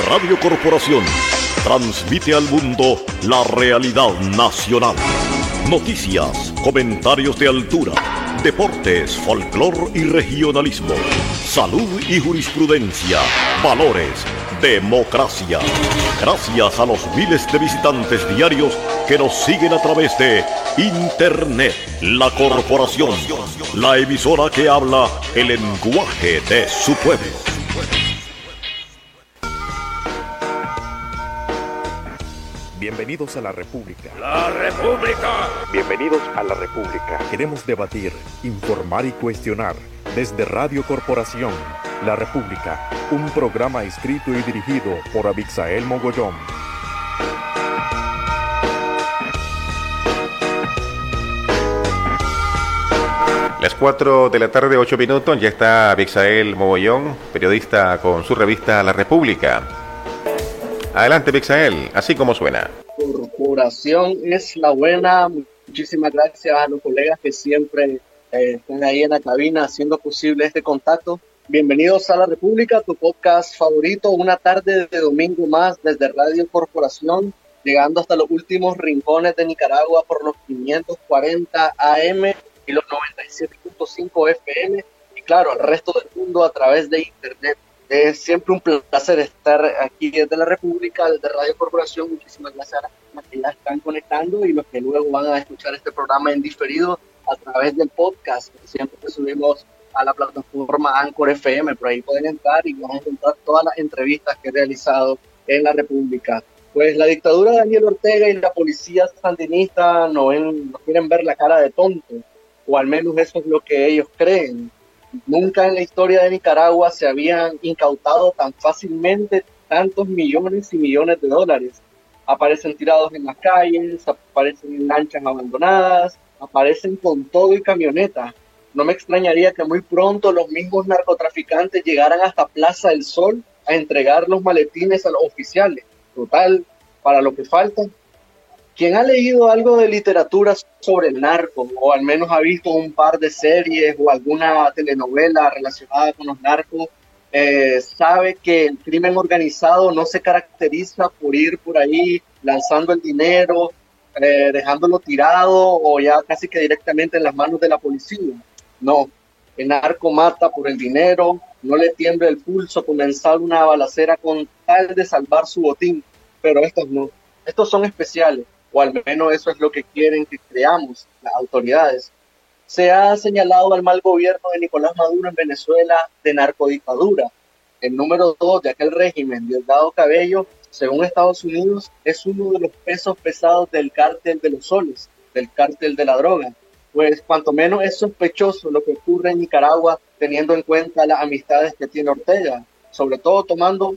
Radio Corporación transmite al mundo la realidad nacional. Noticias, comentarios de altura, deportes, folclor y regionalismo, salud y jurisprudencia, valores, democracia. Gracias a los miles de visitantes diarios que nos siguen a través de Internet. La Corporación, la emisora que habla el lenguaje de su pueblo. Bienvenidos a la República. ¡La República! Bienvenidos a la República. Queremos debatir, informar y cuestionar desde Radio Corporación. La República, un programa escrito y dirigido por Abixael Mogollón. Las 4 de la tarde, 8 minutos, ya está Abixael Mogollón, periodista con su revista La República. Adelante, Abixael, así como suena. Corporación es la buena. Muchísimas gracias a los colegas que siempre están ahí en la cabina haciendo posible este contacto. Bienvenidos a La República, tu podcast favorito, una tarde de domingo más desde Radio Corporación, llegando hasta los últimos rincones de Nicaragua por los 540 AM y los 97.5 FM, y claro, al resto del mundo a través de Internet. Es siempre un placer estar aquí desde la República, desde Radio Corporación. Muchísimas gracias a las personas que ya están conectando y los que luego van a escuchar este programa en diferido a través del podcast que siempre subimos a la plataforma Anchor FM. Por ahí pueden entrar y van a encontrar todas las entrevistas que he realizado en la República. Pues la dictadura de Daniel Ortega y la policía sandinista no quieren ver la cara de tonto, o al menos eso es lo que ellos creen. Nunca en la historia de Nicaragua se habían incautado tan fácilmente tantos millones y millones de dólares. Aparecen tirados en las calles, aparecen en lanchas abandonadas, aparecen con todo y camioneta. No me extrañaría que muy pronto los mismos narcotraficantes llegaran hasta Plaza del Sol a entregar los maletines a los oficiales. Total, para lo que falta. Quien ha leído algo de literatura sobre el narco, o al menos ha visto un par de series o alguna telenovela relacionada con los narcos, sabe que el crimen organizado no se caracteriza por ir por ahí lanzando el dinero, dejándolo tirado o ya casi que directamente en las manos de la policía. No, el narco mata por el dinero, no le tiembla el pulso comenzar una balacera con tal de salvar su botín, pero estos no, estos son especiales. O al menos eso es lo que quieren que creamos las autoridades. Se ha señalado al mal gobierno de Nicolás Maduro en Venezuela de narcodictadura. El número 2 de aquel régimen, Diosdado Cabello, según Estados Unidos, es uno de los pesos pesados del cártel de los soles, del cártel de la droga. Pues cuanto menos es sospechoso lo que ocurre en Nicaragua, teniendo en cuenta las amistades que tiene Ortega, sobre todo tomando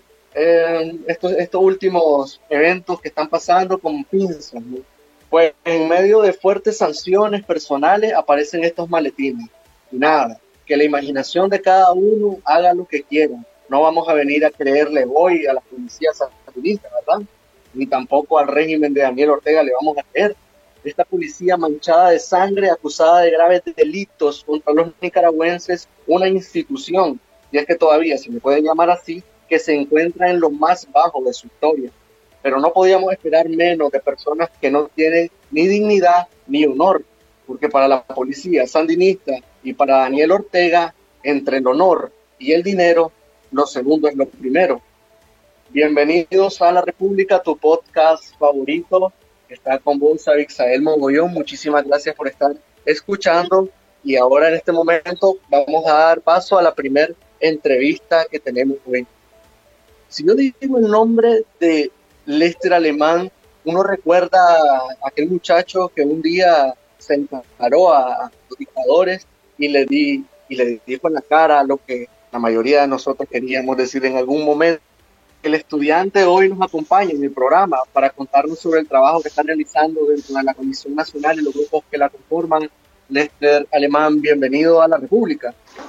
estos últimos eventos que están pasando con pinzas, ¿no? Pues en medio de fuertes sanciones personales aparecen estos maletines. Y nada, que la imaginación de cada uno haga lo que quiera. No vamos a venir a creerle hoy a la policía sandinista, ¿verdad? Ni tampoco al régimen de Daniel Ortega le vamos a creer. Esta policía manchada de sangre, acusada de graves delitos contra los nicaragüenses, una institución, y es que todavía se le puede llamar así, que se encuentra en lo más bajo de su historia. Pero no podíamos esperar menos de personas que no tienen ni dignidad ni honor, porque para la policía sandinista y para Daniel Ortega, entre el honor y el dinero, lo segundo es lo primero. Bienvenidos a La República, tu podcast favorito. Está con vos, Abixael Mogollón. Muchísimas gracias por estar escuchando. Y ahora en este momento vamos a dar paso a la primera entrevista que tenemos hoy. Si yo digo el nombre de Lester Alemán, uno recuerda a aquel muchacho que un día se encaró a los dictadores y le dijo en la cara lo que la mayoría de nosotros queríamos decir en algún momento. El estudiante hoy nos acompaña en el programa para contarnos sobre el trabajo que están realizando dentro de la Comisión Nacional y los grupos que la conforman. Lester Alemán, bienvenido a La República.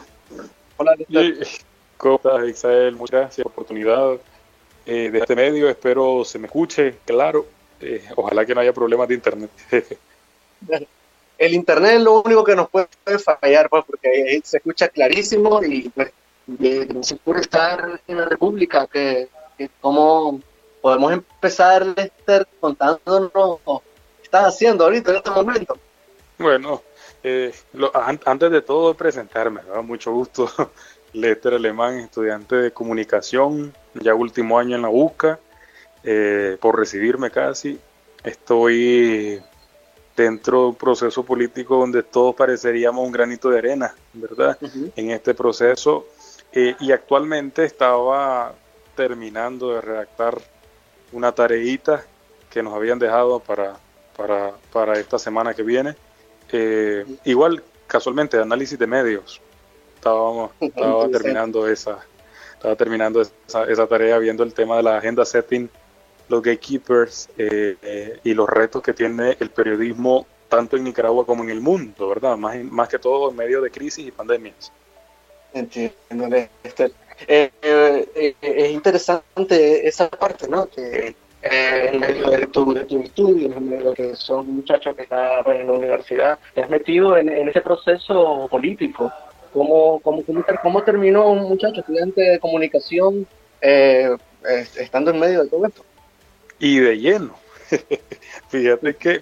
Hola, Lester. ¿Cómo estás, Ixael? Muchas gracias por la oportunidad de este medio. Espero se me escuche claro. Ojalá que no haya problemas de internet. El internet es lo único que nos puede fallar, pues, porque se escucha clarísimo y pues, gracias por estar en La República, que ¿Cómo podemos empezar, Lester, contándonos qué estás haciendo ahorita en este momento? Bueno, antes de todo presentarme, ¿verdad? Mucho gusto, Lester Alemán, estudiante de comunicación, ya último año en la UCA, por recibirme casi. Estoy dentro de un proceso político donde todos pareceríamos un granito de arena, ¿verdad? Uh-huh. En este proceso, y actualmente estaba terminando de redactar una tareita que nos habían dejado para esta semana que viene. Igual, casualmente, de análisis de medios. Estaba terminando esa tarea, viendo el tema de la agenda setting, los gatekeepers y los retos que tiene el periodismo tanto en Nicaragua como en el mundo, ¿verdad? Más que todo en medio de crisis y pandemias. Entiendo, Lester. Es interesante esa parte, ¿no? Que en medio de tu estudio, en medio de que son muchachos que están en la universidad, te has metido en ese proceso político. ¿Cómo terminó un muchacho estudiante de comunicación estando en medio de todo esto? Y de lleno. Fíjate que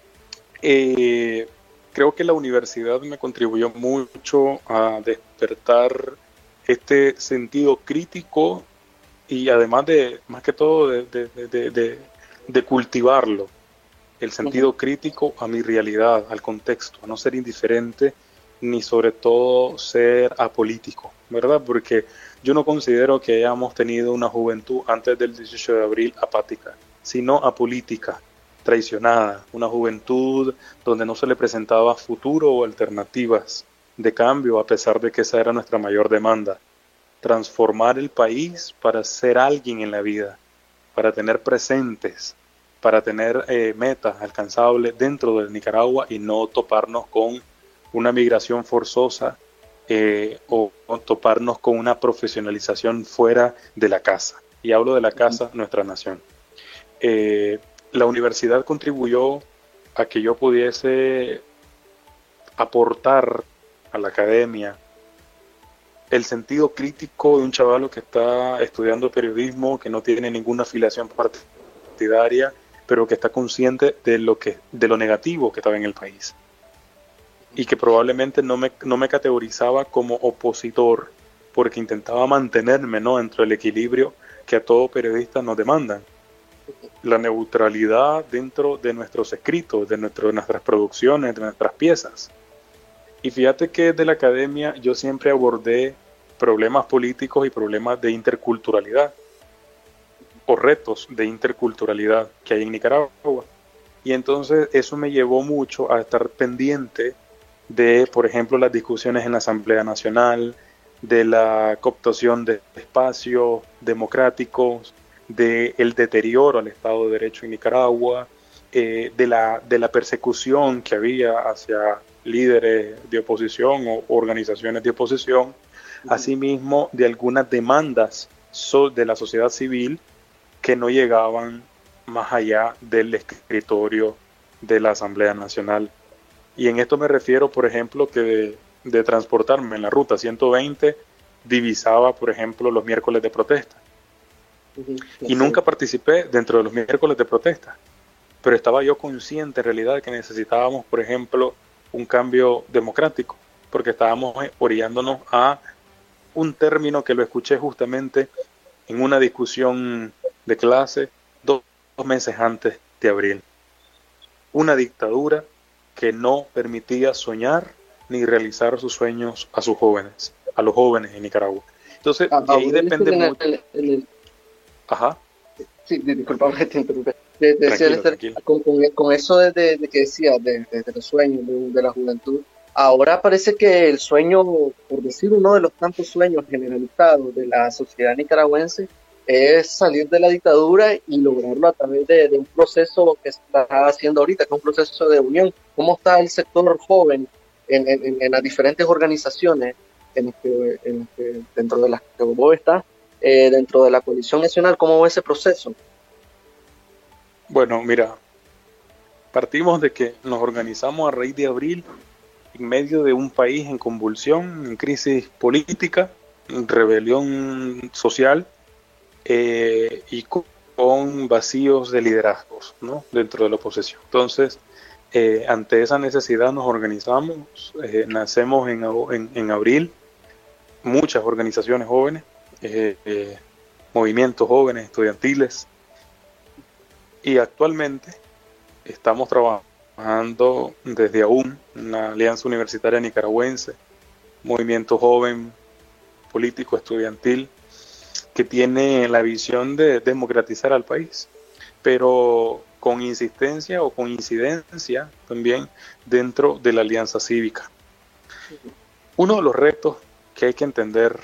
creo que la universidad me contribuyó mucho a despertar este sentido crítico y además más que todo de cultivarlo, el sentido uh-huh. crítico a mi realidad, al contexto, a no ser indiferente ni sobre todo ser apolítico, ¿verdad? Porque yo no considero que hayamos tenido una juventud antes del 18 de abril apática, sino apolítica, traicionada, una juventud donde no se le presentaba futuro o alternativas de cambio, a pesar de que esa era nuestra mayor demanda. Transformar el país para ser alguien en la vida, para tener presentes, para tener metas alcanzables dentro de Nicaragua y no toparnos con una migración forzosa o toparnos con una profesionalización fuera de la casa. Y hablo de la casa, nuestra nación. La universidad contribuyó a que yo pudiese aportar a la academia el sentido crítico de un chavalo que está estudiando periodismo, que no tiene ninguna afiliación partidaria, pero que está consciente de lo negativo que estaba en el país. Y que probablemente no me categorizaba como opositor, porque intentaba mantenerme, ¿no?, dentro del equilibrio que a todo periodista nos demandan. La neutralidad dentro de nuestros escritos, de nuestras producciones, de nuestras piezas. Y fíjate que desde la academia yo siempre abordé problemas políticos y problemas de interculturalidad, o retos de interculturalidad que hay en Nicaragua. Y entonces eso me llevó mucho a estar pendiente de, por ejemplo, las discusiones en la Asamblea Nacional, de la cooptación de espacios democráticos, del deterioro al Estado de Derecho en Nicaragua, de la persecución que había hacia líderes de oposición o organizaciones de oposición, asimismo de algunas demandas de la sociedad civil que no llegaban más allá del escritorio de la Asamblea Nacional. Y en esto me refiero, por ejemplo, que de transportarme en la ruta 120 divisaba, por ejemplo, los miércoles de protesta. Y nunca participé dentro de los miércoles de protesta, pero estaba yo consciente en realidad de que necesitábamos, por ejemplo, un cambio democrático, porque estábamos orillándonos a un término que lo escuché justamente en una discusión de clase dos meses antes de abril. Una dictadura que no permitía soñar ni realizar sus sueños a los jóvenes en Nicaragua. Entonces, de ahí depende mucho. Ajá. Sí, disculpa que te interrumpí. Con eso de que decías, de los sueños, de la juventud, ahora parece que el sueño, por decir uno de los tantos sueños generalizados de la sociedad nicaragüense, es salir de la dictadura y lograrlo a través de un proceso que está haciendo ahorita, que es un proceso de unión. ¿Cómo está el sector joven en las diferentes organizaciones dentro de las que vos estás, dentro de la Coalición Nacional? ¿Cómo va ese proceso? Bueno, mira, partimos de que nos organizamos a raíz de abril en medio de un país en convulsión, en crisis política, en rebelión social, y con vacíos de liderazgos, ¿no?, dentro de la oposición. Entonces, ante esa necesidad nos organizamos, nacemos en abril, muchas organizaciones jóvenes, movimientos jóvenes, estudiantiles, y actualmente estamos trabajando desde AUN, una alianza universitaria nicaragüense, movimiento joven, político, estudiantil, que tiene la visión de democratizar al país, pero con insistencia o con incidencia también dentro de la alianza cívica. Uno de los retos que hay que entender,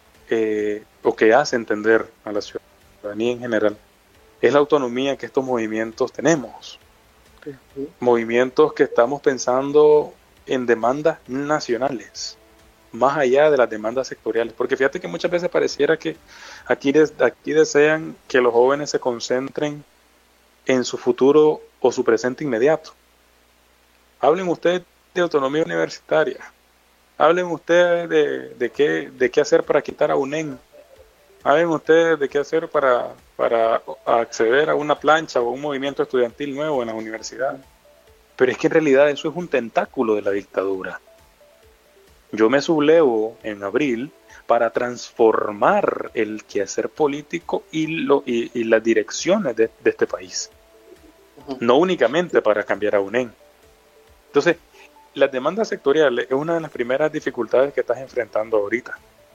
o que hace entender a la ciudadanía en general, es la autonomía que estos movimientos tenemos. Movimientos que estamos pensando en demandas nacionales, más allá de las demandas sectoriales, porque fíjate que muchas veces pareciera que aquí desean que los jóvenes se concentren en su futuro o su presente inmediato. Hablen ustedes de autonomía universitaria, hablen ustedes de qué hacer para quitar a UNEM, hablen ustedes de qué hacer para acceder a una plancha o a un movimiento estudiantil nuevo en la universidad. Pero es que en realidad eso es un tentáculo de la dictadura. Yo me sublevo en abril para transformar el quehacer político y las direcciones de este país. No únicamente para cambiar a UNEM. Entonces, las demandas sectoriales es una de las primeras dificultades que estás enfrentando ahorita.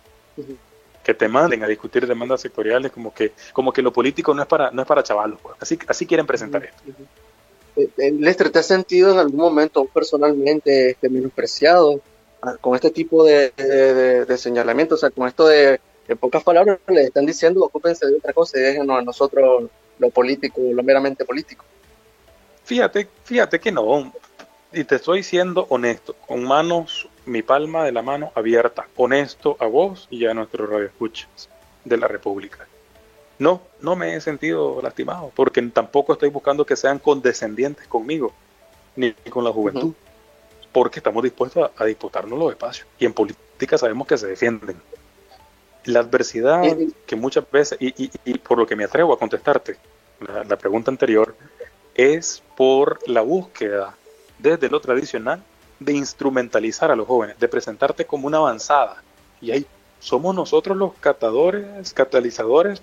Que te manden a discutir demandas sectoriales como que lo político no es para chavalos. Pues. Así quieren presentar esto. Lester, ¿te has sentido en algún momento personalmente menospreciado con este tipo de señalamientos? O sea, con esto de, en pocas palabras, le están diciendo ocúpense de otra cosa y déjenos a nosotros lo político, lo meramente político. Fíjate que no, y te estoy siendo honesto, con mi palma de la mano abierta, honesto a vos y a nuestros radioescuchas de la República. No me he sentido lastimado, porque tampoco estoy buscando que sean condescendientes conmigo, ni con la juventud, porque estamos dispuestos a disputarnos los espacios, y en política sabemos que se defienden. La adversidad que muchas veces, y por lo que me atrevo a contestarte, la pregunta anterior, es por la búsqueda desde lo tradicional de instrumentalizar a los jóvenes, de presentarte como una avanzada. Y ahí somos nosotros los catalizadores,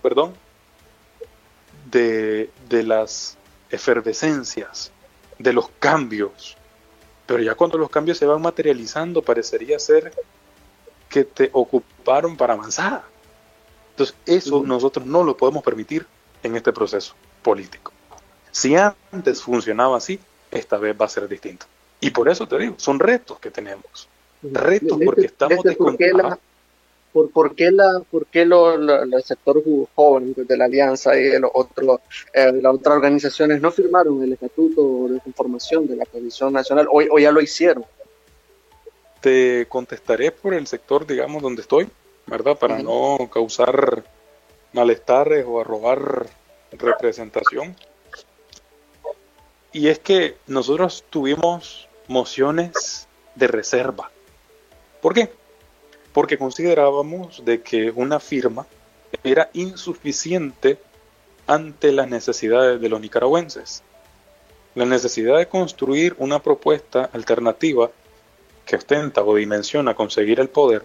de las efervescencias, de los cambios. Pero ya cuando los cambios se van materializando, parecería ser que te ocuparon para avanzar. Entonces, eso nosotros no lo podemos permitir en este proceso político. Si antes funcionaba así, esta vez va a ser distinto. Y por eso te digo, son retos que tenemos. Retos porque estamos descontrolados. ¿Por qué el sector joven de la Alianza y las otras organizaciones no firmaron el estatuto de conformación de la Coalición Nacional o ya lo hicieron? Te contestaré por el sector, digamos, donde estoy, ¿verdad? Para no causar malestares o arrobar representación. Y es que nosotros tuvimos mociones de reserva. ¿Por qué? Porque considerábamos de que una firma era insuficiente ante las necesidades de los nicaragüenses. La necesidad de construir una propuesta alternativa que ostenta o dimensiona conseguir el poder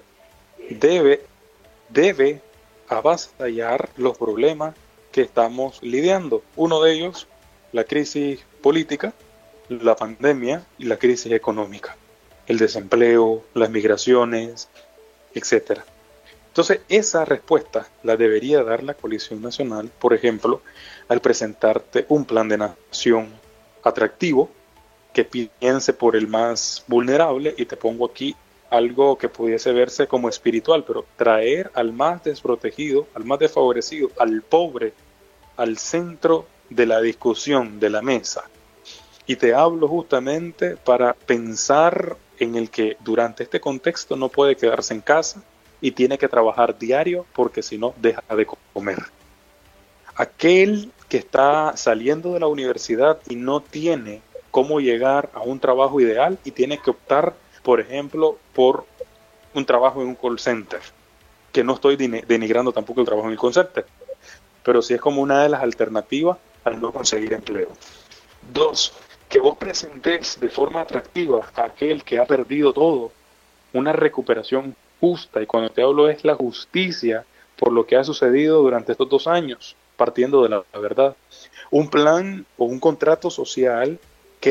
debe avasallar los problemas que estamos lidiando. Uno de ellos, la crisis política, la pandemia y la crisis económica, el desempleo, las migraciones, etcétera. Entonces, esa respuesta la debería dar la Coalición Nacional, por ejemplo, al presentarte un plan de nación atractivo que piense por el más vulnerable, y te pongo aquí algo que pudiese verse como espiritual, pero traer al más desprotegido, al más desfavorecido, al pobre, al centro de la discusión, de la mesa. Y te hablo justamente para pensar en el que durante este contexto no puede quedarse en casa y tiene que trabajar diario porque si no deja de comer. Aquel que está saliendo de la universidad y no tiene cómo llegar a un trabajo ideal y tiene que optar, por ejemplo, por un trabajo en un call center, que no estoy denigrando tampoco el trabajo en el call center, pero sí es como una de las alternativas al no conseguir empleo. 2, que vos presentes de forma atractiva a aquel que ha perdido todo una recuperación justa, y cuando te hablo es la justicia por lo que ha sucedido durante estos 2 años, partiendo de la verdad. Un plan o un contrato social que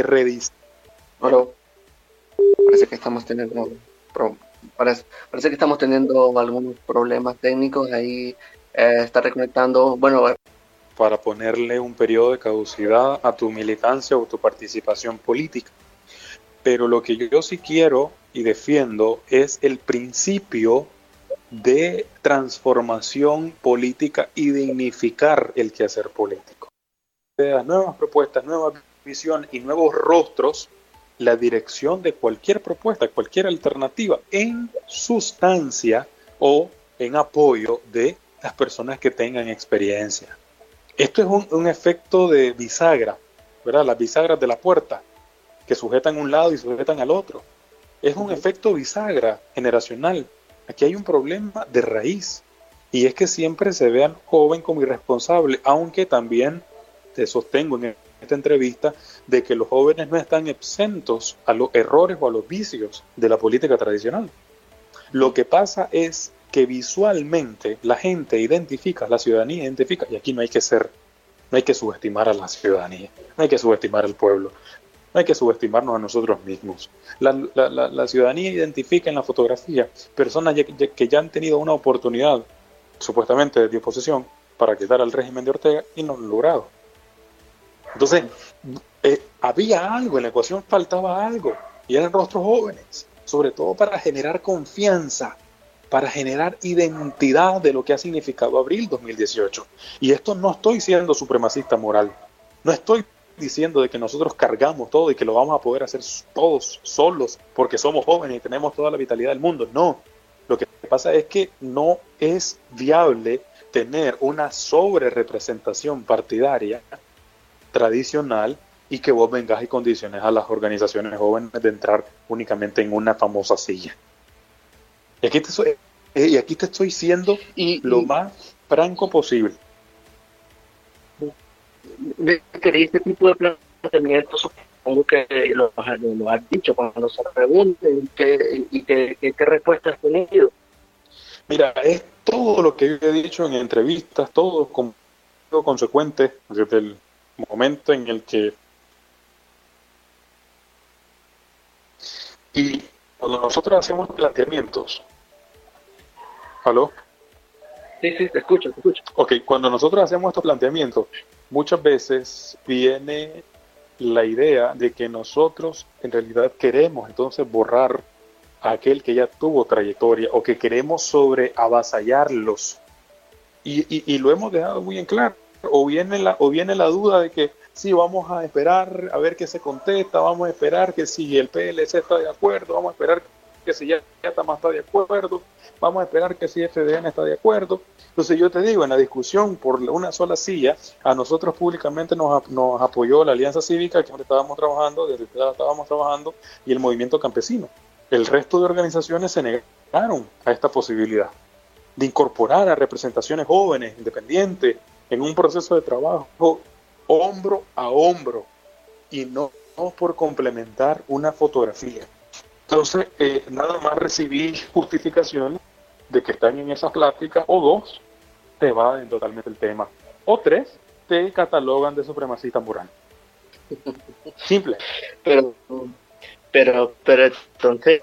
Bueno, parece que estamos teniendo parece que estamos teniendo algunos problemas técnicos ahí. Está reconectando. Bueno, para ponerle un periodo de caducidad a tu militancia o tu participación política. Pero lo que yo sí quiero y defiendo es el principio de transformación política y dignificar el quehacer político. Nuevas propuestas, nuevas visiones y nuevos rostros, la dirección de cualquier propuesta, cualquier alternativa, en sustancia o en apoyo de las personas que tengan experiencia. Esto es un efecto de bisagra, ¿verdad? Las bisagras de la puerta, que sujetan un lado y sujetan al otro. Es un efecto bisagra generacional. Aquí hay un problema de raíz, y es que siempre se ve al joven como irresponsable, aunque también te sostengo en esta entrevista de que los jóvenes no están exentos a los errores o a los vicios de la política tradicional. Lo que pasa es que visualmente la gente identifica, la ciudadanía identifica, y aquí no hay que subestimar a la ciudadanía, no hay que subestimar al pueblo, no hay que subestimarnos a nosotros mismos. La ciudadanía identifica en la fotografía personas que ya han tenido una oportunidad, supuestamente de oposición, para quitar al régimen de Ortega, y no lo han logrado. Entonces, había algo, en la ecuación faltaba algo, y eran rostros jóvenes, sobre todo para generar confianza, para generar identidad de lo que ha significado abril 2018. Y esto no estoy siendo supremacista moral, no estoy diciendo de que nosotros cargamos todo y que lo vamos a poder hacer todos solos porque somos jóvenes y tenemos toda la vitalidad del mundo. No, lo que pasa es que no es viable tener una sobrerepresentación partidaria tradicional y que vos vengas y condiciones a las organizaciones jóvenes de entrar únicamente en una famosa silla. Y aquí te estoy siendo lo más franco posible. Este tipo de planteamientos supongo que lo has dicho cuando se pregunten qué respuestas has tenido. Mira, es todo lo que yo he dicho en entrevistas, todo consecuente desde el momento en el que... Y cuando nosotros hacemos planteamientos... ¿Aló? Sí, te escucho. Ok, cuando nosotros hacemos estos planteamientos, muchas veces viene la idea de que nosotros en realidad queremos entonces borrar a aquel que ya tuvo trayectoria o que queremos sobreavasallarlos. Y lo hemos dejado muy en claro. O viene la duda de que sí, vamos a esperar a ver qué se contesta, vamos a esperar que si el PLC está de acuerdo, vamos a esperar que si ya Yatama está de acuerdo, vamos a esperar que si FDN está de acuerdo. Entonces yo te digo, en la discusión por una sola silla, a nosotros públicamente nos apoyó la Alianza Cívica, que estábamos trabajando, y el Movimiento Campesino. El resto de organizaciones se negaron a esta posibilidad de incorporar a representaciones jóvenes, independientes, en un proceso de trabajo hombro a hombro, y no por complementar una fotografía. Entonces, nada más recibí justificaciones de que están en esas pláticas, o 2, te evaden totalmente el tema, o 3, te catalogan de supremacista moral. Simple. Pero entonces,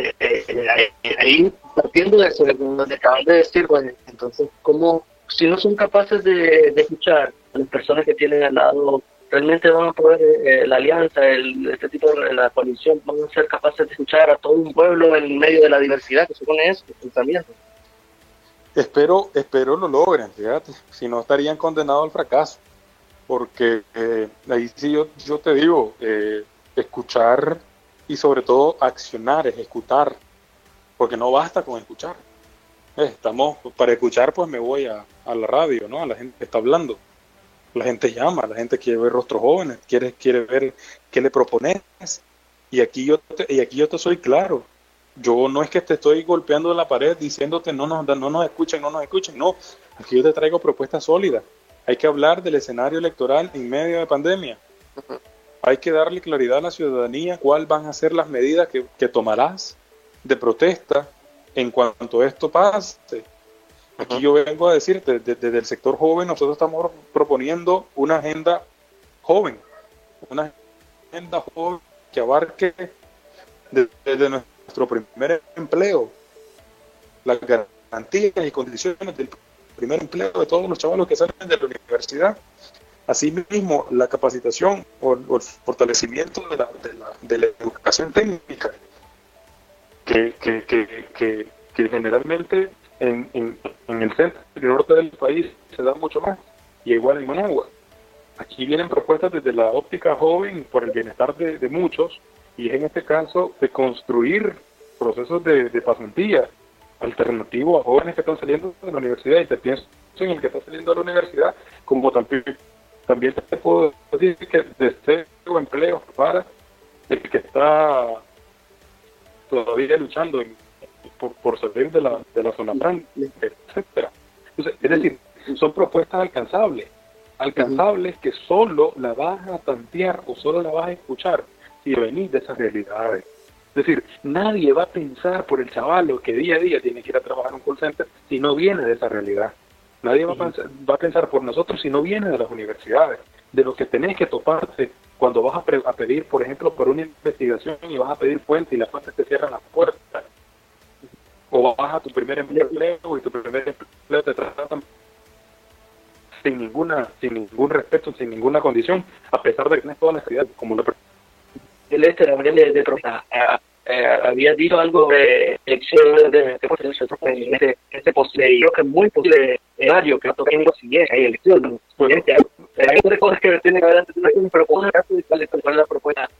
ahí partiendo de eso, lo que acabas de decir, bueno, entonces, ¿cómo, si no son capaces de escuchar a las personas que tienen al lado, realmente van a poder, la alianza, este tipo de la coalición, van a ser capaces de escuchar a todo un pueblo en medio de la diversidad que supone eso, el pensamiento? Espero lo logren, fíjate, si no estarían condenados al fracaso, porque ahí sí yo te digo, escuchar y sobre todo accionar, ejecutar, porque no basta con escuchar. Para escuchar pues me voy a la radio, ¿no? La gente está hablando, la gente llama, la gente quiere ver rostros jóvenes, quiere ver qué le propones, y aquí yo te soy claro. Yo no es que te estoy golpeando en la pared diciéndote no nos escuchen, no, aquí yo te traigo propuestas sólidas, Hay que hablar del escenario electoral en medio de pandemia. Hay que darle claridad a la ciudadanía cuáles van a ser las medidas que tomarás de protesta en cuanto esto pase. Aquí yo vengo a decirte, desde el sector joven, nosotros estamos proponiendo una agenda joven que abarque desde nuestro primer empleo, las garantías y condiciones del primer empleo de todos los chavalos que salen de la universidad. Asimismo, la capacitación o el fortalecimiento de la educación técnica, que generalmente en el centro y norte del país se da mucho más, y igual en Managua. Aquí vienen propuestas desde la óptica joven por el bienestar de muchos, y es en este caso de construir procesos de pasantía alternativo a jóvenes que están saliendo de la universidad, y te pienso en el que está saliendo de la universidad, como también te puedo decir que deseo empleo para el que está todavía luchando por salir de la zona franca, etcétera. Entonces, es decir, son propuestas alcanzables que solo la vas a tantear o solo la vas a escuchar si venís de esas realidades. Es decir, nadie va a pensar por el chavalo que día a día tiene que ir a trabajar en un call center si no viene de esa realidad. Nadie va a pensar por nosotros si no viene de las universidades, de lo que tenés que toparte cuando vas a pedir, por ejemplo, por una investigación y vas a pedir fuente y las fuentes te cierran las puertas. O vas a tu primer empleo y tu primer empleo te tratan sin ningún respeto, sin ninguna condición, a pesar de que tienes toda la necesidad, como la Gabriel de Trosta, había dicho algo de elecciones de este posible, creo que es muy posible escenario que toquen los siguientes, hay elecciones. Hay otras cosas que tienen que ver antes de una elección, pero con el caso de cuál es la propuesta.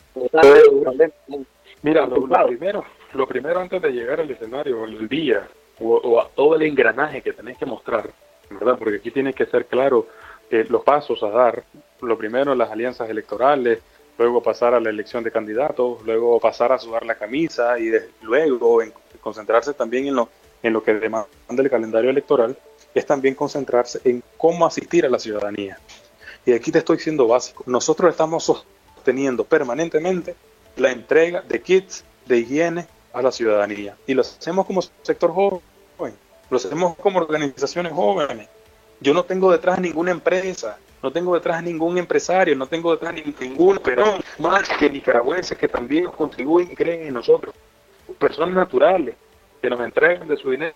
Mira, lo primero antes de llegar al escenario, el día, o a todo el engranaje que tenés que mostrar, ¿verdad? Porque aquí tiene que ser claro los pasos a dar. Lo primero, las alianzas electorales, luego pasar a la elección de candidatos, luego pasar a sudar la camisa y luego concentrarse también en lo que demanda el calendario electoral, es también concentrarse en cómo asistir a la ciudadanía. Y aquí te estoy siendo básico. Nosotros estamos sosteniendo permanentemente la entrega de kits de higiene a la ciudadanía. Y lo hacemos como sector joven, lo hacemos como organizaciones jóvenes. Yo no tengo detrás ninguna empresa, no tengo detrás ningún empresario, no tengo detrás ningún perón, más que nicaragüenses que también contribuyen y creen en nosotros. Personas naturales que nos entregan de su dinero.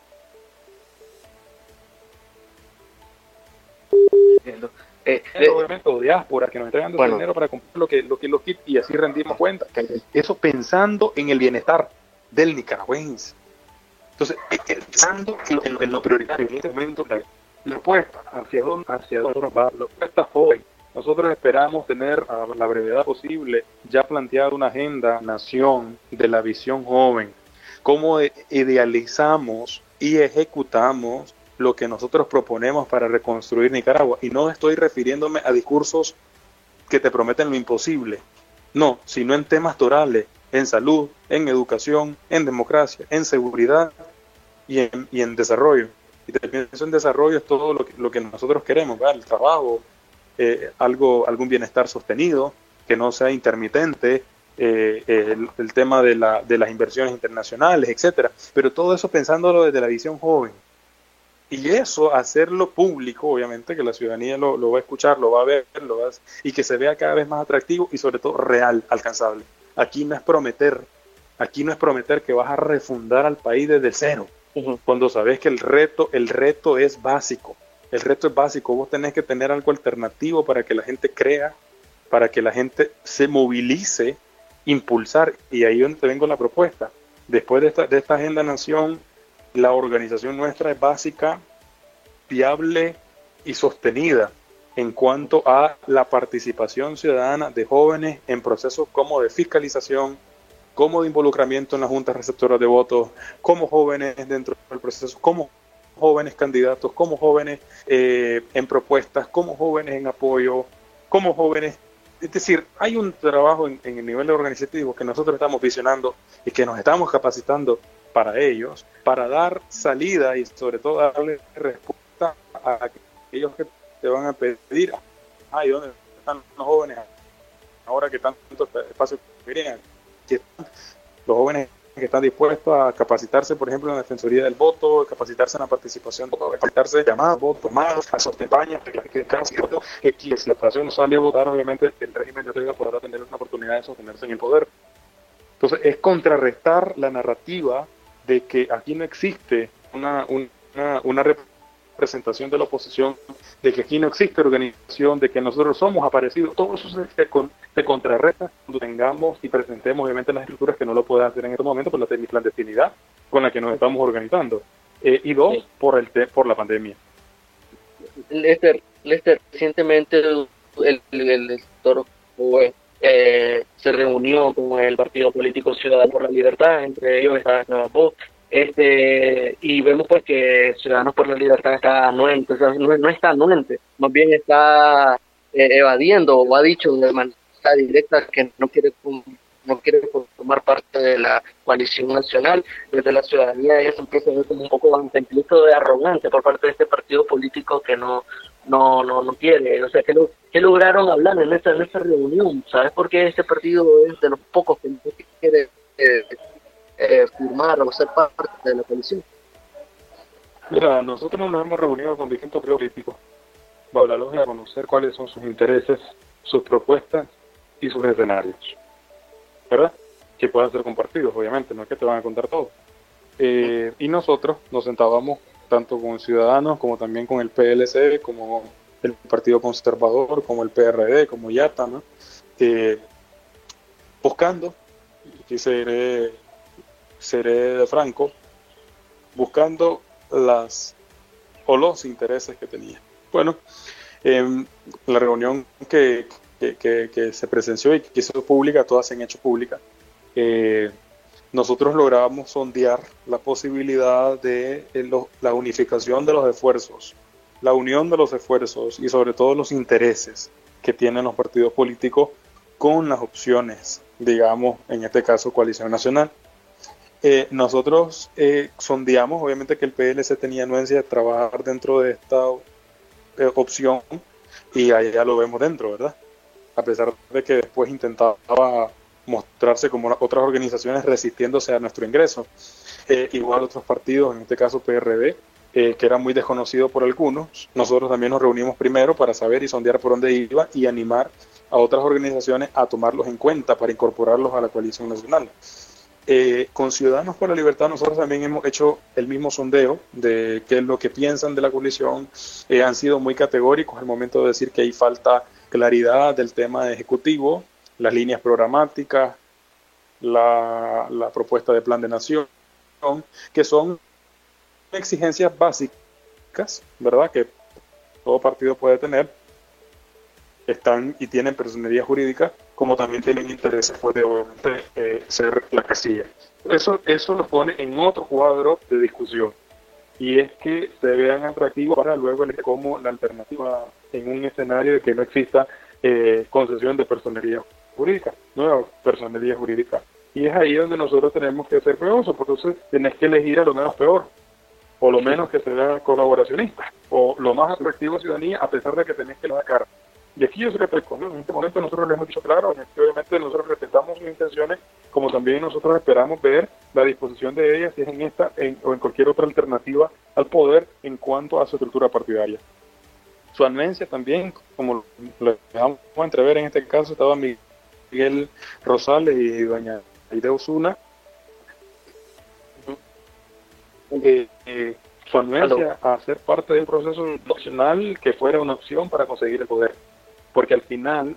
Obviamente, o diáspora que nos entregan de su dinero para comprar lo que los kits, y así rendimos cuenta. Eso pensando en el bienestar del nicaragüense. Entonces, pensando en lo prioritario en este momento, la apuesta hacia dónde va, la apuesta joven. Nosotros esperamos tener a la brevedad posible ya planteada una agenda nación de la visión joven, cómo idealizamos y ejecutamos lo que nosotros proponemos para reconstruir Nicaragua. Y no estoy refiriéndome a discursos que te prometen lo imposible, no, sino en temas torales, en salud, en educación, en democracia, en seguridad y en desarrollo. Y te pienso en desarrollo es todo lo que nosotros queremos, ¿verdad? El trabajo, algún bienestar sostenido, que no sea intermitente, el tema de las inversiones internacionales, etcétera. Pero todo eso pensándolo desde la visión joven. Y eso, hacerlo público, obviamente, que la ciudadanía lo va a escuchar, lo va a ver, y que se vea cada vez más atractivo y sobre todo real, alcanzable. Aquí no es prometer que vas a refundar al país desde cero. Cuando sabes que el reto es básico. El reto es básico. Vos tenés que tener algo alternativo para que la gente crea, para que la gente se movilice, impulsar. Y ahí es donde te vengo la propuesta. Después de esta Agenda Nación, la organización nuestra es básica, viable y sostenida en cuanto a la participación ciudadana de jóvenes en procesos como de fiscalización, como de involucramiento en las juntas receptoras de votos, como jóvenes dentro del proceso, como jóvenes candidatos, como jóvenes en propuestas, como jóvenes en apoyo, como jóvenes. Es decir, hay un trabajo en el nivel organizativo que nosotros estamos visionando y que nos estamos capacitando para ellos, para dar salida y sobre todo darle respuesta a aquellos que te van a pedir, ¿y dónde están los jóvenes ahora que tanto espacio querían? Los jóvenes que están dispuestos a capacitarse, por ejemplo, en la defensoría del voto, capacitarse en la participación, capacitarse en llamadas, votos, más, a campañas, que la población no sale a votar, obviamente el régimen de Ortega podrá tener una oportunidad de sostenerse en el poder. Entonces es contrarrestar la narrativa de que aquí no existe una representación de la oposición, de que aquí no existe organización, de que nosotros somos aparecidos. Todo eso se contrarresta cuando tengamos y presentemos obviamente las estructuras que no lo pueden hacer en estos momentos por la clandestinidad con la que nos estamos organizando. Y dos, sí, por la pandemia. Lester, recientemente el doctor se reunió con el Partido Político Ciudadanos por la Libertad, entre ellos está Voz, y vemos pues que Ciudadanos por la Libertad está anuente, o sea, no está anuente, más bien está evadiendo, o ha dicho de manera directa que no quiere formar parte de la coalición nacional. Desde la ciudadanía ya se empieza a ver como un poco incluso de arrogante por parte de este partido político que no quiere. O sea, ¿qué lograron hablar en esa reunión? ¿Sabes por qué este partido es de los pocos que no quiere firmar o ser parte de la coalición? Mira, nosotros nos hemos reunido con distintos políticos bajo la lógica de conocer cuáles son sus intereses, sus propuestas y sus escenarios, ¿verdad? Que puedan ser compartidos, obviamente, no es que te van a contar todo. Y nosotros nos sentábamos tanto con Ciudadanos como también con el PLC, como el Partido Conservador, como el PRD, como YATA, ¿no? Buscando, y seré franco, buscando los intereses que tenía. Bueno, la reunión que se presenció y que hizo pública, todas se han hecho públicas, nosotros logramos sondear la posibilidad de la unificación de los esfuerzos, la unión de los esfuerzos y sobre todo los intereses que tienen los partidos políticos con las opciones, digamos, en este caso Coalición Nacional. Nosotros sondeamos, obviamente, que el PLC tenía anuencia de trabajar dentro de esta opción y allá lo vemos dentro, ¿verdad? A pesar de que después intentaba mostrarse como otras organizaciones resistiéndose a nuestro ingreso. Igual otros partidos, en este caso PRD, que era muy desconocido por algunos, nosotros también nos reunimos primero para saber y sondear por dónde iba y animar a otras organizaciones a tomarlos en cuenta para incorporarlos a la coalición nacional. Con Ciudadanos por la Libertad nosotros también hemos hecho el mismo sondeo de qué es lo que piensan de la coalición. Han sido muy categóricos al momento de decir que hay falta claridad del tema ejecutivo, las líneas programáticas, la propuesta de plan de nación, que son exigencias básicas, ¿verdad?, que todo partido puede tener, están y tienen personería jurídica, como también tienen intereses, puede obviamente ser la casilla. Eso los pone en otro cuadro de discusión, y es que se vean atractivos para luego elegir como la alternativa en un escenario de que no exista concesión de personería jurídica, nueva personería jurídica. Y es ahí donde nosotros tenemos que ser cuidadosos, porque entonces tenés que elegir a lo menos peor, o lo menos que sea colaboracionista, o lo más atractivo a ciudadanía, a pesar de que tenés que dar cara. Y aquí yo respeto, ¿no? En este momento nosotros les hemos dicho claro, que obviamente nosotros respetamos sus intenciones, como también nosotros esperamos ver la disposición de ellas, si es en esta o en cualquier otra alternativa al poder en cuanto a su estructura partidaria. Su anuencia también, como lo dejamos entrever en este caso, estaba Miguel Rosales y doña Aide Osuna. Su anuencia a ser parte del proceso nacional que fuera una opción para conseguir el poder, porque al final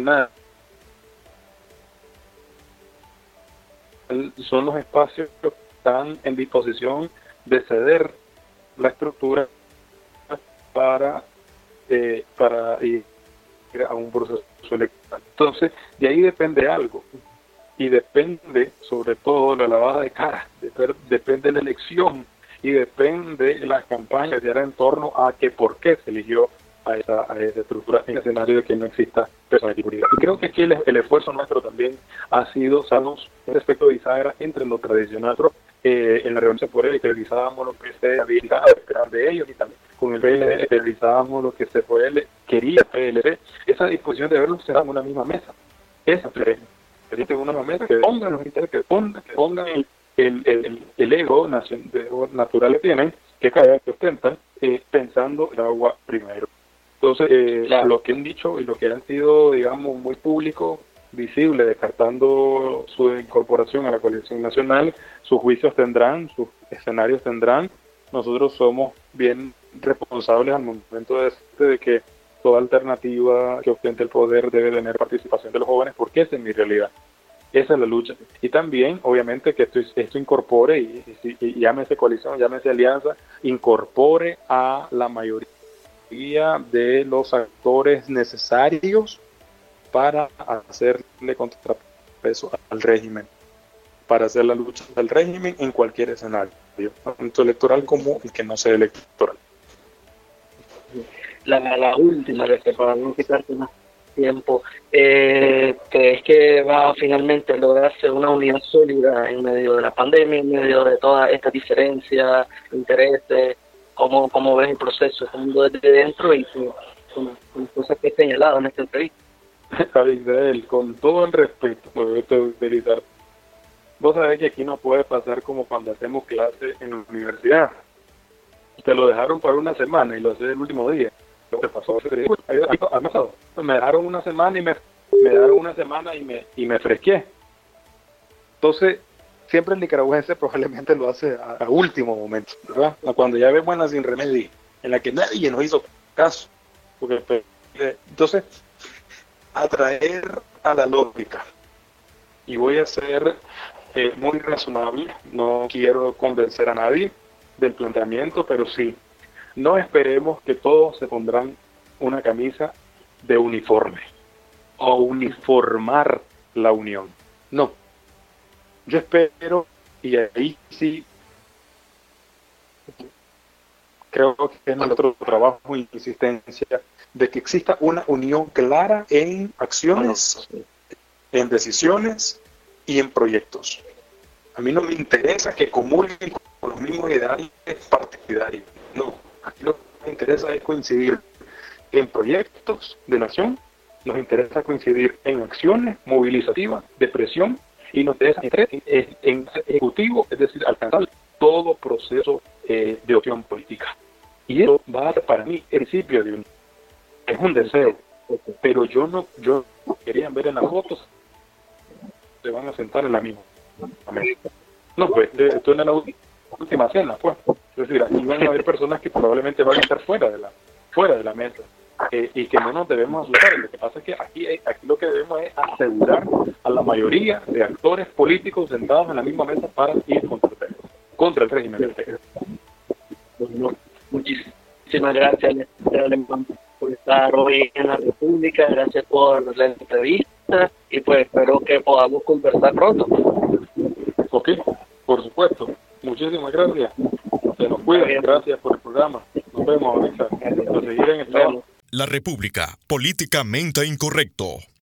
son los espacios que están en disposición de ceder la estructura para ir a un proceso electoral. Entonces, de ahí depende algo, y depende sobre todo la lavada de cara, depende la elección, y depende las campañas de en torno a que por qué se eligió a esa estructura en el escenario de que no exista personalidad jurídica. Y creo que aquí el esfuerzo nuestro también ha sido sanos en respecto de bisagra entre lo tradicional en la reunión se exteriorizábamos lo que se había esperado de ellos, y también con el PLD exteriorizábamos lo que se quería el PLD. Esa disposición de verlos se da en una misma mesa. Esa en una misma mesa, que pongan los intereses, que pongan el ego natural que tienen, que ostentan, pensando el agua primero. Entonces, lo que han dicho y lo que han sido, digamos, muy público, visible, descartando su incorporación a la coalición nacional, sus juicios tendrán, sus escenarios tendrán. Nosotros somos bien responsables al momento de que toda alternativa que ostente el poder debe tener participación de los jóvenes, porque esa es mi realidad, esa es la lucha. Y también, obviamente, que esto incorpore, y llámese coalición, llámese alianza, incorpore a la mayoría de los actores necesarios para hacerle contrapeso al régimen, para hacer la lucha del régimen en cualquier escenario, tanto electoral como el que no sea electoral. La última, para no quitarte más tiempo, ¿crees que va a finalmente lograrse una unidad sólida en medio de la pandemia, en medio de todas estas diferencias, intereses? ¿Cómo ves el proceso desde dentro y con las cosas que he señalado en esta entrevista? Israel, con todo el respeto, me voy a utilizar. Vos sabés que aquí no puede pasar como cuando hacemos clase en la universidad. Te lo dejaron para una semana y lo haces el último día. Lo que pasó me dejaron una semana y me fresqué. Entonces, siempre el nicaragüense probablemente lo hace a último momento, ¿verdad? Cuando ya ve buena sin remedio, en la que nadie nos hizo caso. Entonces, atraer a la lógica, y voy a ser muy razonable, no quiero convencer a nadie del planteamiento, pero sí, no esperemos que todos se pondrán una camisa de uniforme o uniformar la unión. No, yo espero, y ahí sí creo que es nuestro trabajo y insistencia, de que exista una unión clara en acciones, en decisiones y en proyectos. A mí no me interesa que comulguen con los mismos ideales partidarios. No, aquí lo que me interesa es coincidir en proyectos de nación, nos interesa coincidir en acciones movilizativas, de presión, y nos interesa en ejecutivo, es decir, alcanzar todo proceso de opción política. Y eso va a ser para mí el principio de un... Es un deseo, pero yo no quería ver en las fotos, se van a sentar en la misma mesa. No, pues, esto es en la última cena, pues. Es decir, aquí van a haber personas que probablemente van a estar fuera de la mesa, y que no nos debemos asustar. Lo que pasa es que aquí lo que debemos es asegurar a la mayoría de actores políticos sentados en la misma mesa para ir contra el régimen del Texas. Bueno, muchísimas gracias, por estar hoy en la República. Gracias por la entrevista y pues espero que podamos conversar pronto. Ok, por supuesto. Muchísimas gracias. Se nos cuidan. Gracias por el programa. Nos vemos ahorita. A seguir en el trabajo. La República, políticamente incorrecto.